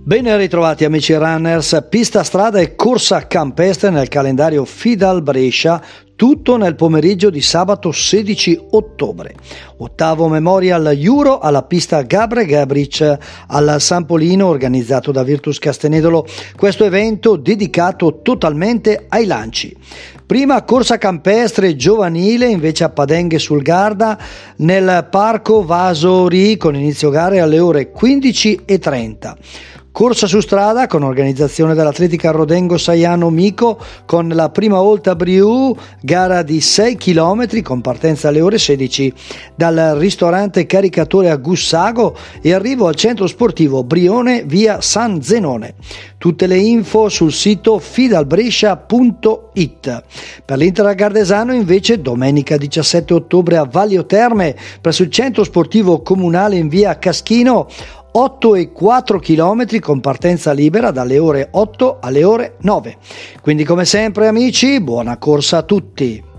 Ben ritrovati amici runners, pista strada e corsa campestre nel calendario Fidal Brescia, tutto nel pomeriggio di sabato 16 ottobre. Ottavo Memorial Euro alla pista Gabre Gabric al San Polino organizzato da Virtus Castenedolo, questo evento dedicato totalmente ai lanci. Prima corsa campestre giovanile invece a Padenghe sul Garda nel parco Vasori con inizio gare alle ore 15:30. Corsa su strada con organizzazione dell'Atletica Rodengo Saiano Mico con la prima volta Briù, gara di 6 km con partenza alle ore 16 dal ristorante Caricatore a Gussago e arrivo al centro sportivo Brione via San Zenone. Tutte le info sul sito fidalbrescia.it. Per l'Inter Gardesano invece domenica 17 ottobre a Vallio Terme presso il centro sportivo comunale in via Caschino 8,4 km con partenza libera dalle ore 8 alle ore 9. Quindi come sempre amici, buona corsa a tutti!